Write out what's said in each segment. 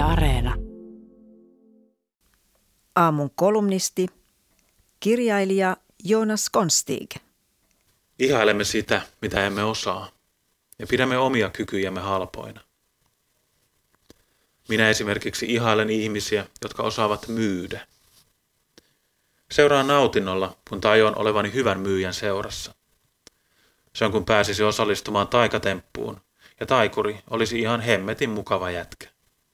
Areena. Aamun kolumnisti, kirjailija Jonas Konstig. Ihailemme sitä, mitä emme osaa, ja pidämme omia kykyjämme halpoina. Minä esimerkiksi ihailen ihmisiä, jotka osaavat myydä. Seuraan nautinnolla, kun tajuan olevani hyvän myyjän seurassa. Se on kun pääsisi osallistumaan taikatemppuun, ja taikuri olisi ihan hemmetin mukava jätkä.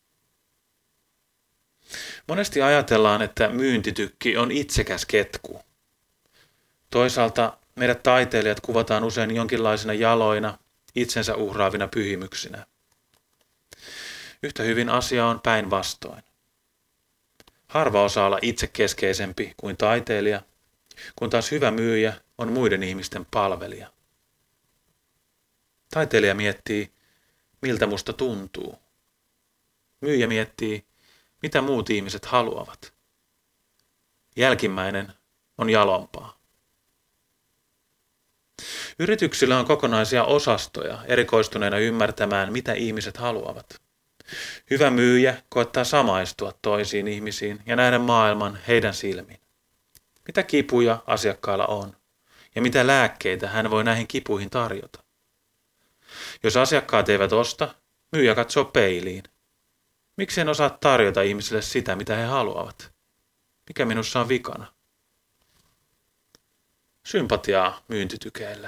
Monesti ajatellaan, että myyntitykki on itsekäs ketku. Toisaalta meidät taiteilijat kuvataan usein jonkinlaisina jaloina, itsensä uhraavina pyhimyksinä. Yhtä hyvin asia on päinvastoin. Harva osaa olla itsekeskeisempi kuin taiteilija, kun taas hyvä myyjä on muiden ihmisten palvelija. Taiteilija miettii, miltä musta tuntuu. Myyjä miettii, mitä muut ihmiset haluavat. Jälkimmäinen on jalompaa. Yrityksillä on kokonaisia osastoja erikoistuneena ymmärtämään, mitä ihmiset haluavat. Hyvä myyjä koettaa samaistua toisiin ihmisiin ja nähdä maailman heidän silmin. Mitä kipuja asiakkailla on ja mitä lääkkeitä hän voi näihin kipuihin tarjota. Jos asiakkaat eivät osta, myyjä katsoo peiliin. Miksi en osaa tarjota ihmisille sitä, mitä he haluavat? Mikä minussa on vikana? Sympatiaa myyntitykeille.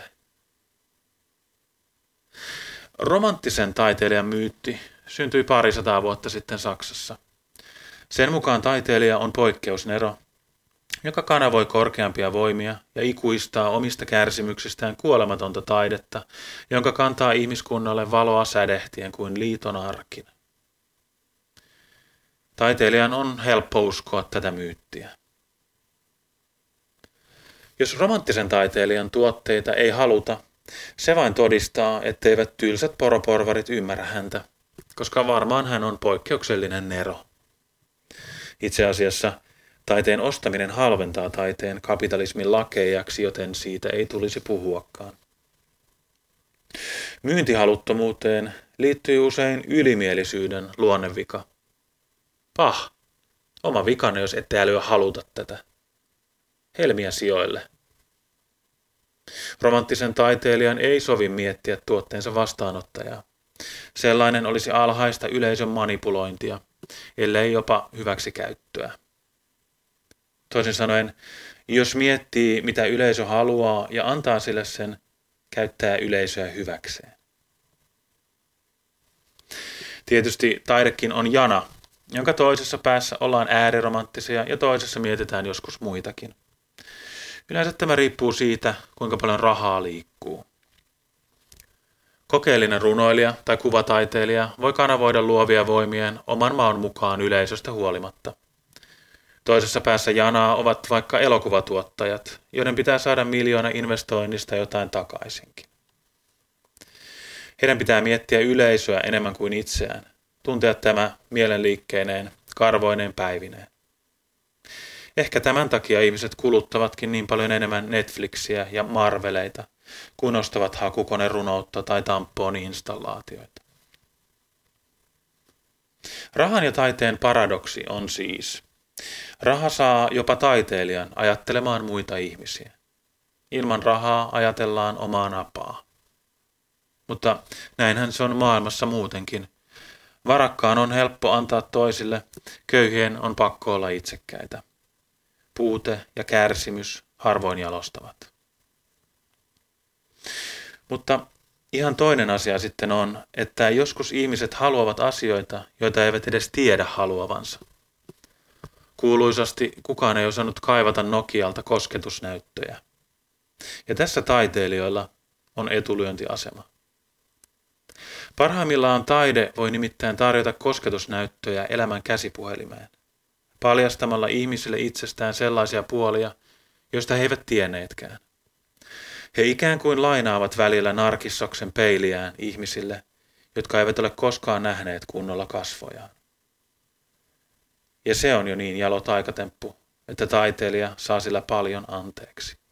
Romanttisen taiteilijan myytti syntyi 200 vuotta sitten Saksassa. Sen mukaan taiteilija on poikkeusnero, joka kanavoi korkeampia voimia ja ikuistaa omista kärsimyksistään kuolematonta taidetta, jonka kantaa ihmiskunnalle valoa sädehtien kuin liiton arkina. Taiteilijan on helppo uskoa tätä myyttiä. Jos romanttisen taiteilijan tuotteita ei haluta, se vain todistaa, etteivät tylsät poroporvarit ymmärrä häntä, koska varmaan hän on poikkeuksellinen nero. Itse asiassa taiteen ostaminen halventaa taiteen kapitalismin lakejaksi, joten siitä ei tulisi puhuakaan. Myyntihaluttomuuteen liittyy usein ylimielisyyden luonnevika. Pah, oma vikane, jos ette älyä haluta tätä. Helmiä sijoille. Romanttisen taiteilijan ei sovi miettiä tuotteensa vastaanottajaa. Sellainen olisi alhaista yleisön manipulointia, ellei jopa hyväksikäyttöä. Toisin sanoen, jos miettii, mitä yleisö haluaa ja antaa sille sen, käyttää yleisöä hyväkseen. Tietysti taidekin on jana, jonka toisessa päässä ollaan ääriromanttisia ja toisessa mietitään joskus muitakin. Yleensä tämä riippuu siitä, kuinka paljon rahaa liikkuu. Kokeellinen runoilija tai kuvataiteilija voi kanavoida luovia voimien oman maun mukaan yleisöstä huolimatta. Toisessa päässä janaa ovat vaikka elokuvatuottajat, joiden pitää saada miljoona investoinnista jotain takaisinkin. Heidän pitää miettiä yleisöä enemmän kuin itseään, tuntea tämä mielenliikkeineen, karvoineen päivineen. Ehkä tämän takia ihmiset kuluttavatkin niin paljon enemmän Netflixiä ja Marveleita, kuin ostavat hakukonerunoutta tai tamponi-installaatioita. Rahan ja taiteen paradoksi on siis: raha saa jopa taiteilijan ajattelemaan muita ihmisiä. Ilman rahaa ajatellaan omaa napaa. Mutta näinhän se on maailmassa muutenkin. Varakkaan on helppo antaa toisille, köyhien on pakko olla itsekkäitä. Puute ja kärsimys harvoin jalostavat. Mutta ihan toinen asia sitten on, että joskus ihmiset haluavat asioita, joita eivät edes tiedä haluavansa. Kuuluisasti kukaan ei osannut kaivata Nokialta kosketusnäyttöjä. Ja tässä taiteilijoilla on etulyöntiasema. Parhaimmillaan taide voi nimittäin tarjota kosketusnäyttöjä elämän käsipuhelimeen, paljastamalla ihmisille itsestään sellaisia puolia, joista he eivät tienneetkään. He ikään kuin lainaavat välillä Narkissoksen peiliään ihmisille, jotka eivät ole koskaan nähneet kunnolla kasvojaan. Ja se on jo niin jalo taikatemppu, että taiteilija saa sillä paljon anteeksi.